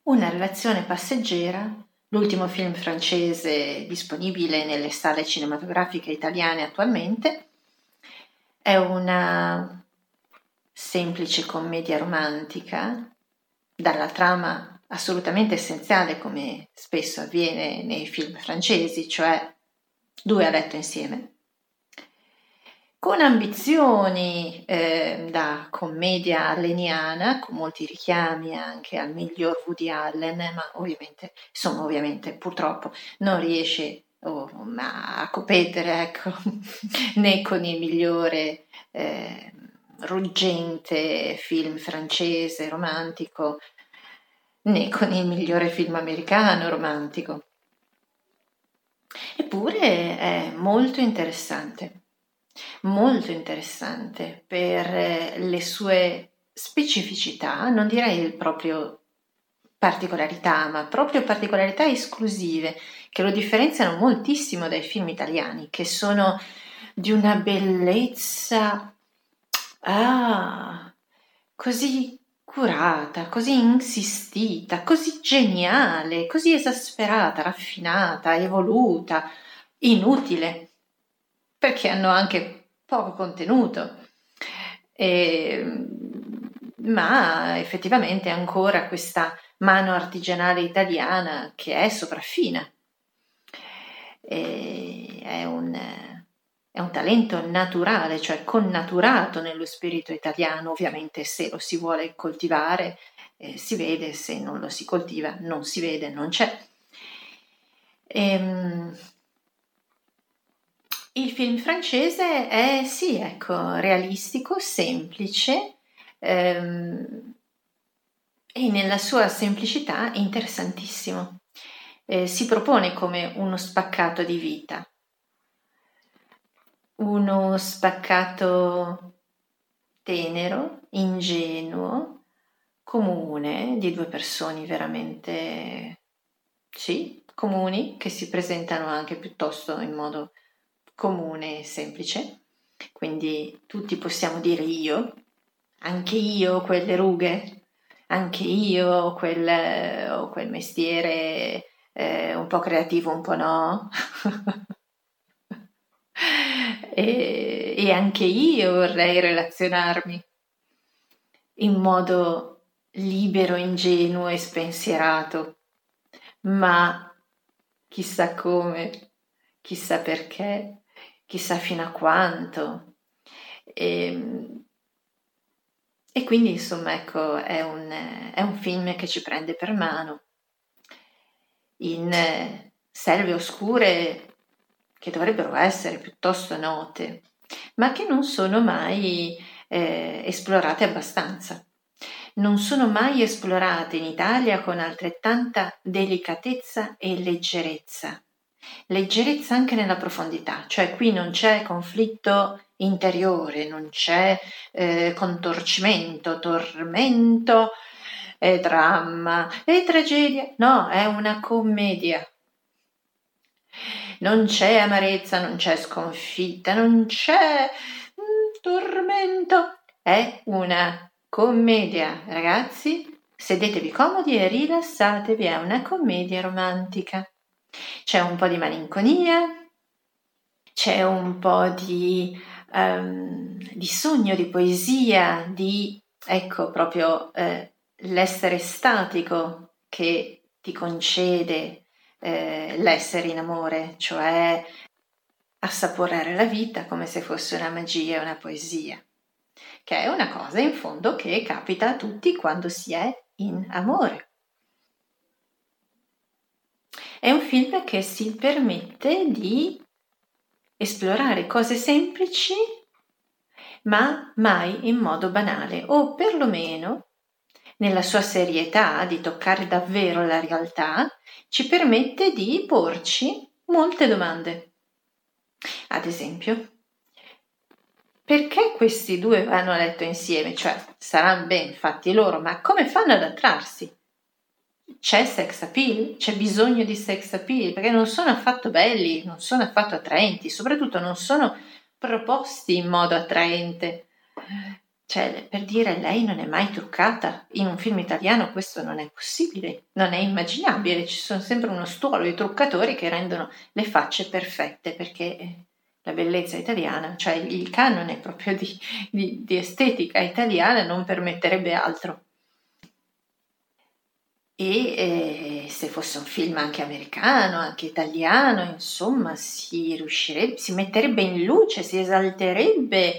Una relazione passeggera, l'ultimo film francese disponibile nelle sale cinematografiche italiane attualmente, è una semplice commedia romantica, dalla trama assolutamente essenziale come spesso avviene nei film francesi, cioè due a letto insieme, con ambizioni da commedia alleniana, con molti richiami anche al miglior Woody Allen, ma ovviamente purtroppo non riesce a competere, ecco, né con il migliore ruggente film francese romantico, né con il migliore film americano romantico. Eppure è molto interessante per le sue specificità, non direi proprio particolarità, ma proprio particolarità esclusive che lo differenziano moltissimo dai film italiani, che sono di una bellezza così curata, così insistita, così geniale, così esasperata, raffinata, evoluta, inutile, perché hanno anche poco contenuto. Ma effettivamente ancora questa mano artigianale italiana che è sopraffina. È un talento naturale, cioè connaturato nello spirito italiano, ovviamente se lo si vuole coltivare si vede, se non lo si coltiva non si vede, non c'è. Il film francese è sì, ecco, realistico, semplice e nella sua semplicità interessantissimo. Si propone come uno spaccato di vita, uno spaccato tenero, ingenuo, comune, di due persone veramente, sì, comuni, che si presentano anche piuttosto in modo comune e semplice. Quindi tutti possiamo dire io, anche io ho quelle rughe, anche io ho quel mestiere un po' creativo, un po' no. E anche io vorrei relazionarmi in modo libero, ingenuo e spensierato, ma chissà come, chissà perché, chissà fino a quanto. E quindi insomma ecco è un film che ci prende per mano in selve oscure che dovrebbero essere piuttosto note, ma che non sono mai esplorate abbastanza. Non sono mai esplorate in Italia con altrettanta delicatezza e leggerezza. Leggerezza anche nella profondità, cioè qui non c'è conflitto interiore, non c'è contorcimento, tormento, dramma e tragedia. No, è una commedia. Non c'è amarezza, non c'è sconfitta, non c'è tormento. È una commedia, ragazzi. Sedetevi comodi e rilassatevi, è una commedia romantica. C'è un po' di malinconia, c'è un po' di sogno, di poesia, di, ecco, proprio l'essere statico che ti concede l'essere in amore, cioè assaporare la vita come se fosse una magia, una poesia, che è una cosa in fondo che capita a tutti quando si è in amore. È un film che si permette di esplorare cose semplici, ma mai in modo banale, o perlomeno nella sua serietà di toccare davvero la realtà, ci permette di porci molte domande. Ad esempio, perché questi due vanno a letto insieme? Cioè, saranno ben fatti loro, ma come fanno ad attrarsi? C'è sex appeal? C'è bisogno di sex appeal? Perché non sono affatto belli, non sono affatto attraenti, soprattutto non sono proposti in modo attraente. Cioè, per dire, lei non è mai truccata. In un film italiano questo non è possibile, non è immaginabile. Ci sono sempre uno stuolo di truccatori che rendono le facce perfette, perché la bellezza italiana, cioè il canone proprio di estetica italiana non permetterebbe altro. E se fosse un film anche americano, anche italiano, insomma, si metterebbe in luce, si esalterebbe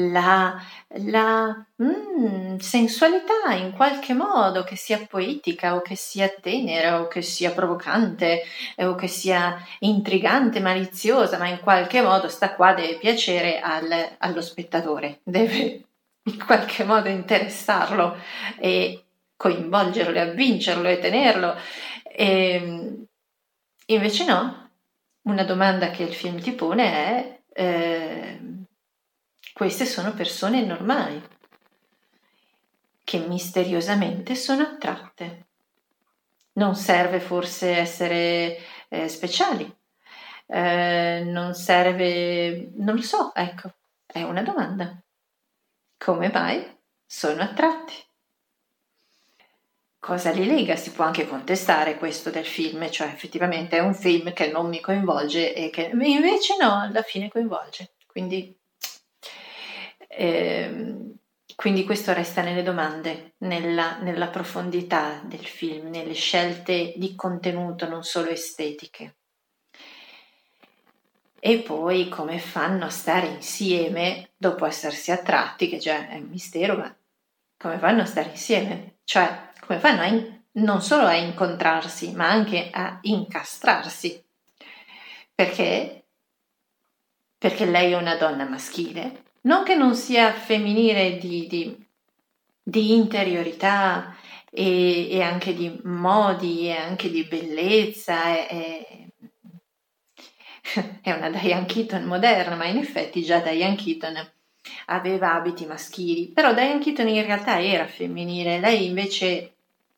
la sensualità in qualche modo, che sia poetica o che sia tenera o che sia provocante o che sia intrigante, maliziosa, ma in qualche modo sta qua deve piacere allo spettatore, deve in qualche modo interessarlo e coinvolgerlo e avvincerlo e tenerlo. E, invece no, una domanda che il film ti pone è queste sono persone normali che misteriosamente sono attratte. Non serve forse essere speciali, non serve, non lo so, ecco, è una domanda. Come mai sono attratti? Cosa li lega? Si può anche contestare questo del film, cioè effettivamente è un film che non mi coinvolge e che invece no, alla fine coinvolge. Ehm, quindi questo resta nelle domande, nella profondità del film, nelle scelte di contenuto, non solo estetiche. E poi come fanno a stare insieme dopo essersi attratti, che già è un mistero, ma come fanno a stare insieme? Cioè, come fanno non solo a incontrarsi, ma anche a incastrarsi? Perché? Perché lei è una donna maschile, non che non sia femminile di interiorità e anche di modi e anche di bellezza, è una Diane Keaton moderna, ma in effetti già Diane Keaton aveva abiti maschili, però Diane Keaton in realtà era femminile, lei invece,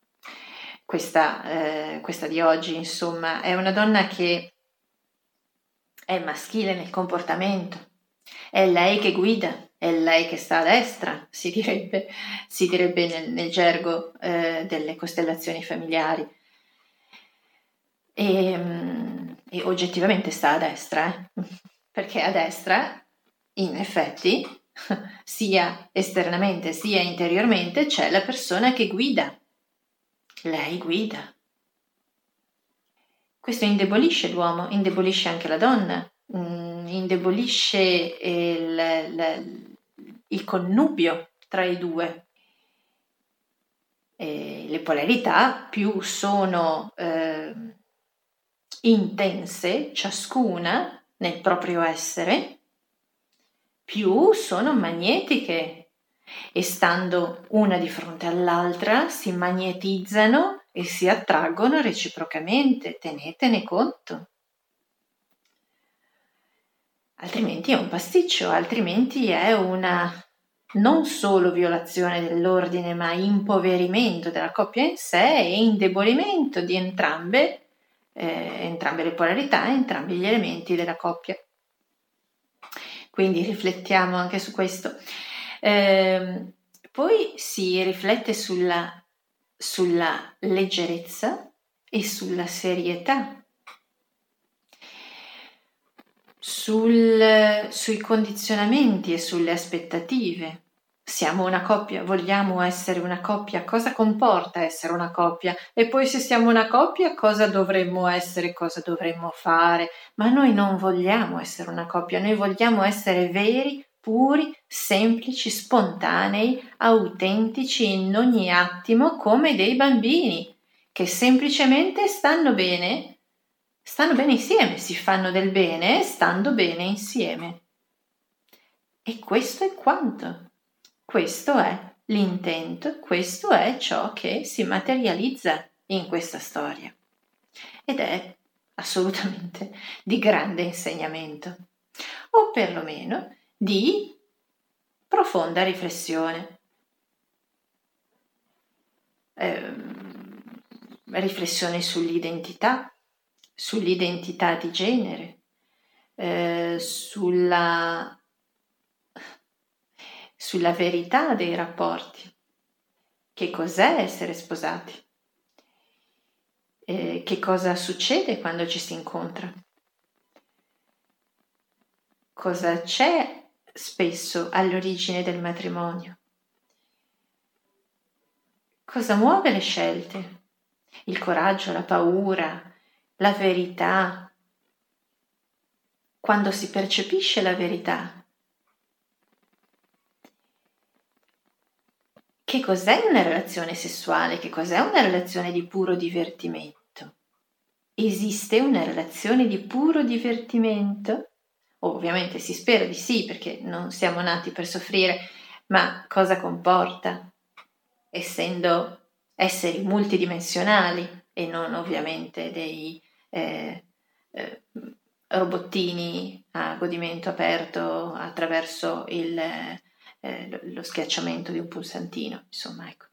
questa di oggi, insomma, è una donna che è maschile nel comportamento, è lei che guida, è lei che sta a destra, si direbbe nel gergo delle costellazioni familiari. E oggettivamente sta a destra, perché a destra, in effetti, sia esternamente sia interiormente, c'è la persona che guida. Lei guida. Questo indebolisce l'uomo, indebolisce anche la donna, indebolisce il connubio tra i due. Le polarità più sono intense, ciascuna nel proprio essere, più sono magnetiche e stando una di fronte all'altra si magnetizzano e si attraggono reciprocamente, tenetene conto. Altrimenti è un pasticcio, altrimenti è una non solo violazione dell'ordine, ma impoverimento della coppia in sé e indebolimento di entrambe le polarità, entrambi gli elementi della coppia. Quindi riflettiamo anche su questo. Poi si riflette sulla leggerezza e sulla serietà, sui condizionamenti e sulle aspettative. Siamo una coppia, vogliamo essere una coppia, cosa comporta essere una coppia? E poi se siamo una coppia, cosa dovremmo essere, cosa dovremmo fare? Ma noi non vogliamo essere una coppia, noi vogliamo essere veri, puri, semplici, spontanei, autentici in ogni attimo come dei bambini, che semplicemente stanno bene insieme, si fanno del bene stando bene insieme. E questo è quanto. Questo è l'intento, questo è ciò che si materializza in questa storia ed è assolutamente di grande insegnamento o perlomeno di profonda riflessione. Riflessione sull'identità di genere, sulla verità dei rapporti. Che cos'è essere sposati? Che cosa succede quando ci si incontra? Cosa c'è spesso all'origine del matrimonio? Cosa muove le scelte? Il coraggio, la paura, la verità. Quando si percepisce la verità. Che cos'è una relazione sessuale? Che cos'è una relazione di puro divertimento? Esiste una relazione di puro divertimento? Ovviamente si spera di sì, perché non siamo nati per soffrire, ma cosa comporta? Essendo esseri multidimensionali e non ovviamente dei robottini a godimento aperto attraverso lo schiacciamento di un pulsantino, insomma, ecco.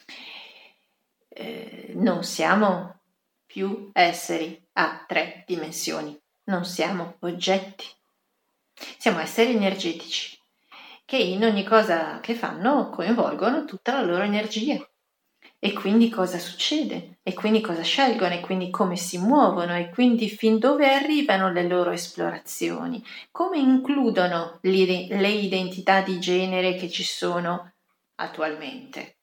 Non siamo più esseri a 3 dimensioni, non siamo oggetti, siamo esseri energetici che in ogni cosa che fanno coinvolgono tutta la loro energia. E quindi cosa succede? E quindi cosa scelgono? E quindi come si muovono? E quindi fin dove arrivano le loro esplorazioni? Come includono le identità di genere che ci sono attualmente?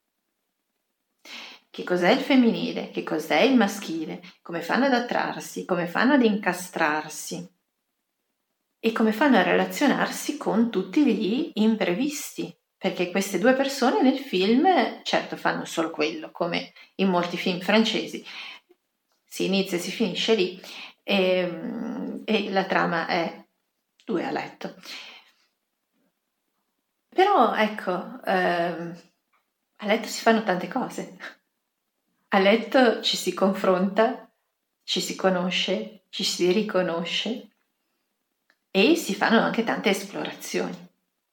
Che cos'è il femminile? Che cos'è il maschile? Come fanno ad attrarsi? Come fanno ad incastrarsi? E come fanno a relazionarsi con tutti gli imprevisti? Perché queste due persone nel film, certo, fanno solo quello, come in molti film francesi. Si inizia e si finisce lì e la trama è 2 a letto. Però ecco, a letto si fanno tante cose. A letto ci si confronta, ci si conosce, ci si riconosce e si fanno anche tante esplorazioni.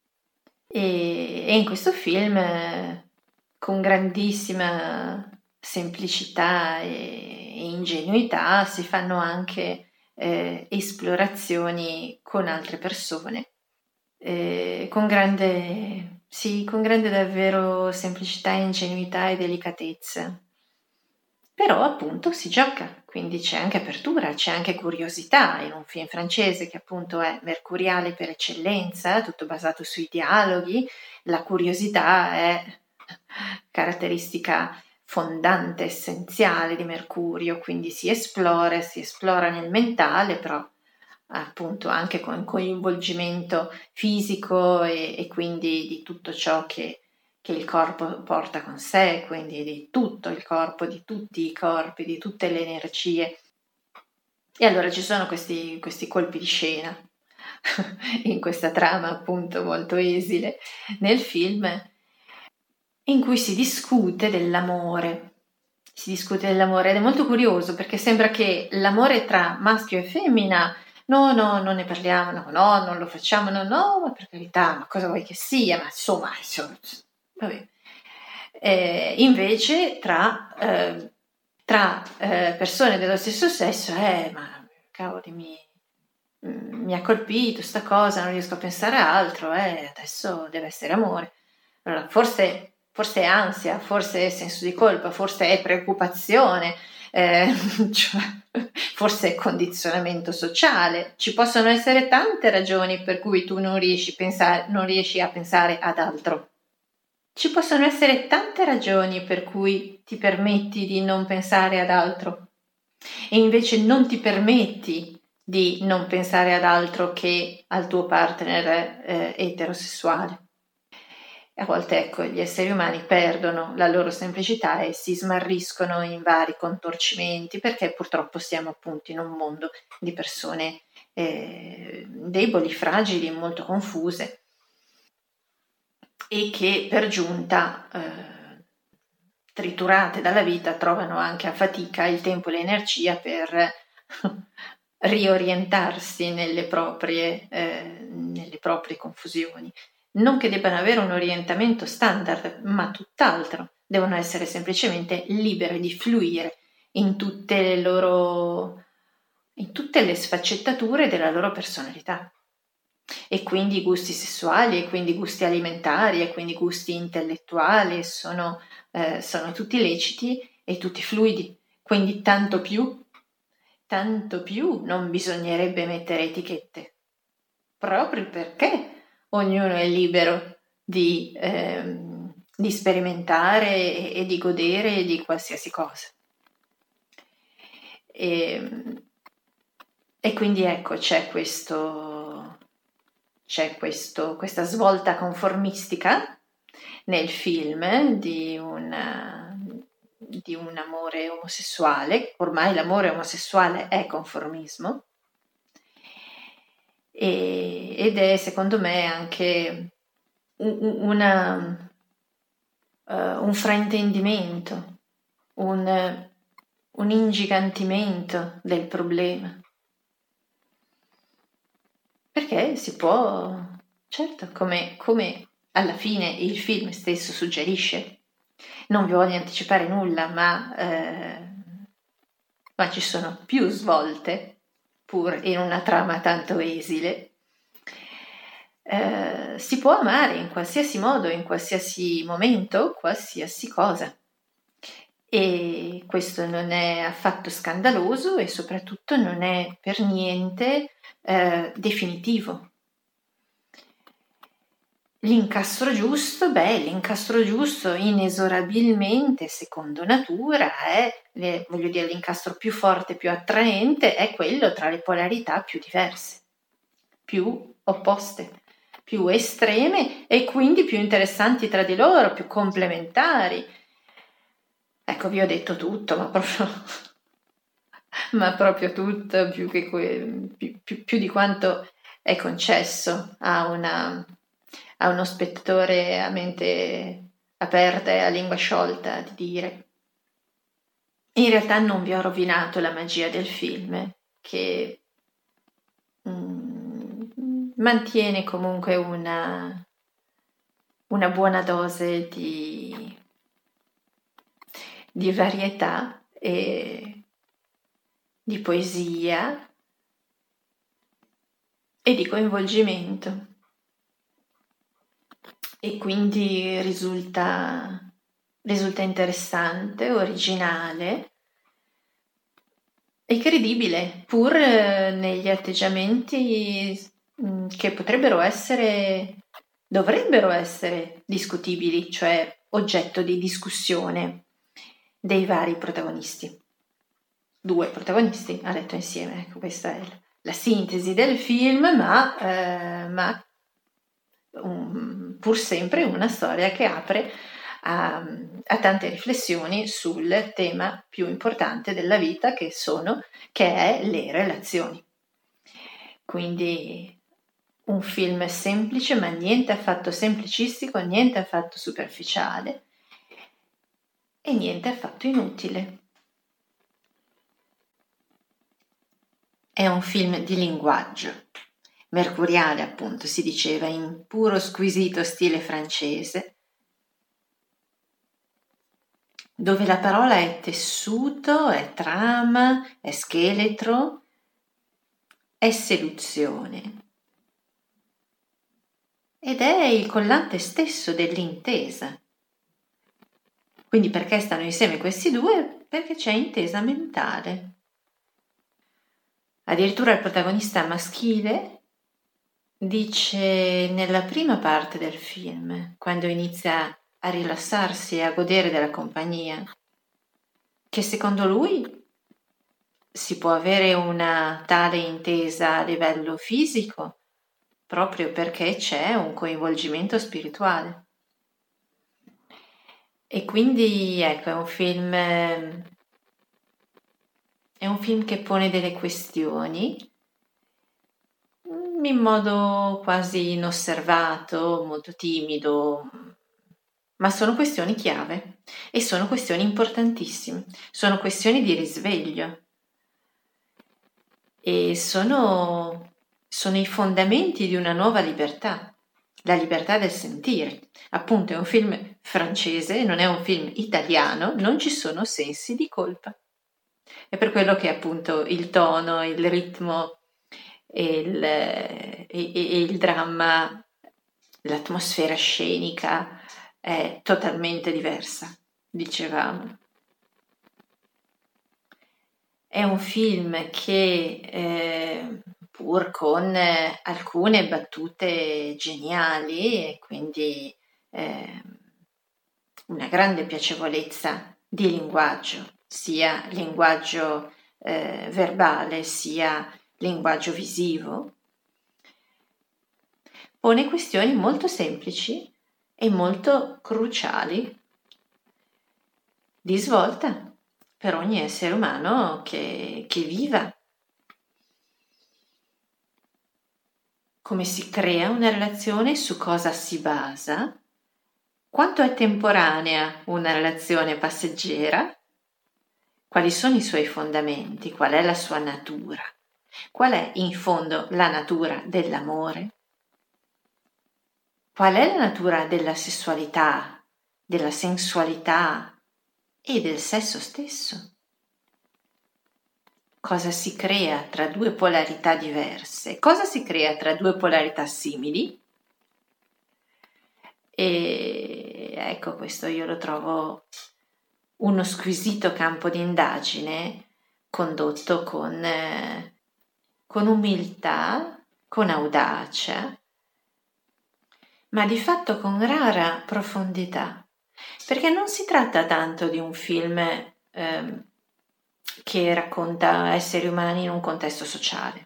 E in questo film, con grandissima semplicità e ingenuità, si fanno anche esplorazioni con altre persone, con grande davvero semplicità, ingenuità e delicatezza. Però appunto si gioca, quindi c'è anche apertura, c'è anche curiosità in un film francese che appunto è mercuriale per eccellenza, tutto basato sui dialoghi. La curiosità è caratteristica fondante, essenziale di Mercurio, quindi si esplora nel mentale, però appunto anche con coinvolgimento fisico e quindi di tutto ciò che il corpo porta con sé, quindi di tutto il corpo, di tutti i corpi, di tutte le energie. E allora ci sono questi colpi di scena in questa trama appunto molto esile nel film, in cui si discute dell'amore. Si discute dell'amore ed è molto curioso perché sembra che l'amore tra maschio e femmina no, non ne parliamo, no, non lo facciamo, no, ma per carità, ma cosa vuoi che sia, ma insomma vabbè. Invece tra persone dello stesso sesso, ma cavoli, mi ha colpito sta cosa, non riesco a pensare a altro, adesso deve essere amore. Allora, forse è ansia, forse è senso di colpa, forse è preoccupazione, cioè, forse è condizionamento sociale. Ci possono essere tante ragioni per cui tu non riesci a pensare ad altro. Ci possono essere tante ragioni per cui ti permetti di non pensare ad altro e invece non ti permetti di non pensare ad altro che al tuo partner eterosessuale. A volte ecco, gli esseri umani perdono la loro semplicità e si smarriscono in vari contorcimenti perché purtroppo siamo appunto in un mondo di persone deboli, fragili, molto confuse e che per giunta triturate dalla vita trovano anche a fatica il tempo e l'energia per riorientarsi nelle proprie confusioni. Non che debbano avere un orientamento standard, ma tutt'altro. Devono essere semplicemente libere di fluire in tutte le sfaccettature della loro personalità. e quindi i gusti sessuali, e quindi i gusti alimentari, e quindi i gusti intellettuali sono tutti leciti e tutti fluidi, quindi tanto più non bisognerebbe mettere etichette, proprio perché ognuno è libero di sperimentare e di godere di qualsiasi cosa. E quindi ecco, questa svolta conformistica nel film di un amore omosessuale. Ormai l'amore omosessuale è conformismo, ed è secondo me anche un fraintendimento, un ingigantimento del problema. Perché si può, certo, come alla fine il film stesso suggerisce, non vi voglio anticipare nulla, ma ci sono più svolte, pur in una trama tanto esile. Si può amare in qualsiasi modo, in qualsiasi momento, qualsiasi cosa. E questo non è affatto scandaloso e soprattutto non è per niente definitivo. L'incastro giusto inesorabilmente, secondo natura, è, l'incastro più forte, più attraente, è quello tra le polarità più diverse, più opposte, più estreme e quindi più interessanti tra di loro, più complementari. Ecco, vi ho detto tutto, ma proprio tutto, più di quanto è concesso a uno spettatore a mente aperta e a lingua sciolta di dire. In realtà non vi ho rovinato la magia del film, che mantiene comunque una buona dose di varietà e di poesia e di coinvolgimento, e quindi risulta interessante, originale e credibile, pur negli atteggiamenti che dovrebbero essere discutibili, cioè oggetto di discussione dei vari protagonisti. 2 protagonisti a letto insieme, ecco, questa è la sintesi del film, ma pur sempre una storia che apre a tante riflessioni sul tema più importante della vita, che è le relazioni. Quindi un film semplice, ma niente affatto semplicistico, niente affatto superficiale e niente affatto inutile. È un film di linguaggio, mercuriale appunto, si diceva, in puro squisito stile francese, dove la parola è tessuto, è trama, è scheletro, è seduzione. Ed è il collante stesso dell'intesa. Quindi perché stanno insieme questi due? Perché c'è intesa mentale. Addirittura il protagonista maschile dice nella prima parte del film, quando inizia a rilassarsi e a godere della compagnia, che secondo lui si può avere una tale intesa a livello fisico proprio perché c'è un coinvolgimento spirituale. E quindi ecco, è un film che pone delle questioni in modo quasi inosservato, molto timido, ma sono questioni chiave e sono questioni importantissime, sono questioni di risveglio e sono i fondamenti di una nuova libertà, la libertà del sentire. Appunto è un film francese, non è un film italiano, non ci sono sensi di colpa. È per quello che appunto il tono, il ritmo e il dramma, l'atmosfera scenica è totalmente diversa, dicevamo. È un film che, pur con alcune battute geniali e quindi una grande piacevolezza di linguaggio, sia linguaggio verbale sia linguaggio visivo, pone questioni molto semplici e molto cruciali di svolta per ogni essere umano che viva. Come si crea una relazione, su cosa si basa, quanto è temporanea una relazione passeggera, quali sono i suoi fondamenti, qual è la sua natura, qual è in fondo la natura dell'amore, qual è la natura della sessualità, della sensualità e del sesso stesso. Cosa si crea tra due polarità diverse? Cosa si crea tra due polarità simili? E ecco, questo io lo trovo uno squisito campo di indagine condotto con umiltà, con audacia, ma di fatto con rara profondità, perché non si tratta tanto di un film che racconta esseri umani in un contesto sociale.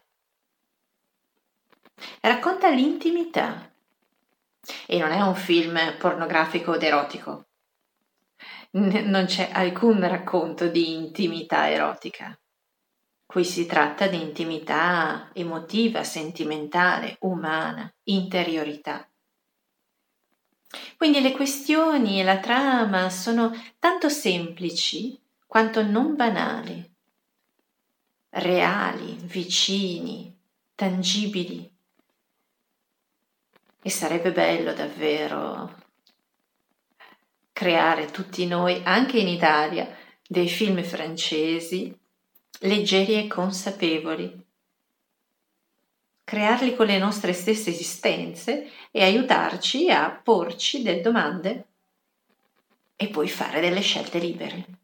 Racconta l'intimità e non è un film pornografico ed erotico. Non c'è alcun racconto di intimità erotica. Qui si tratta di intimità emotiva, sentimentale, umana, interiorità. Quindi le questioni e la trama sono tanto semplici quanto non banali, reali, vicini, tangibili. E sarebbe bello davvero creare tutti noi, anche in Italia, dei film francesi leggeri e consapevoli, crearli con le nostre stesse esistenze e aiutarci a porci delle domande e poi fare delle scelte libere.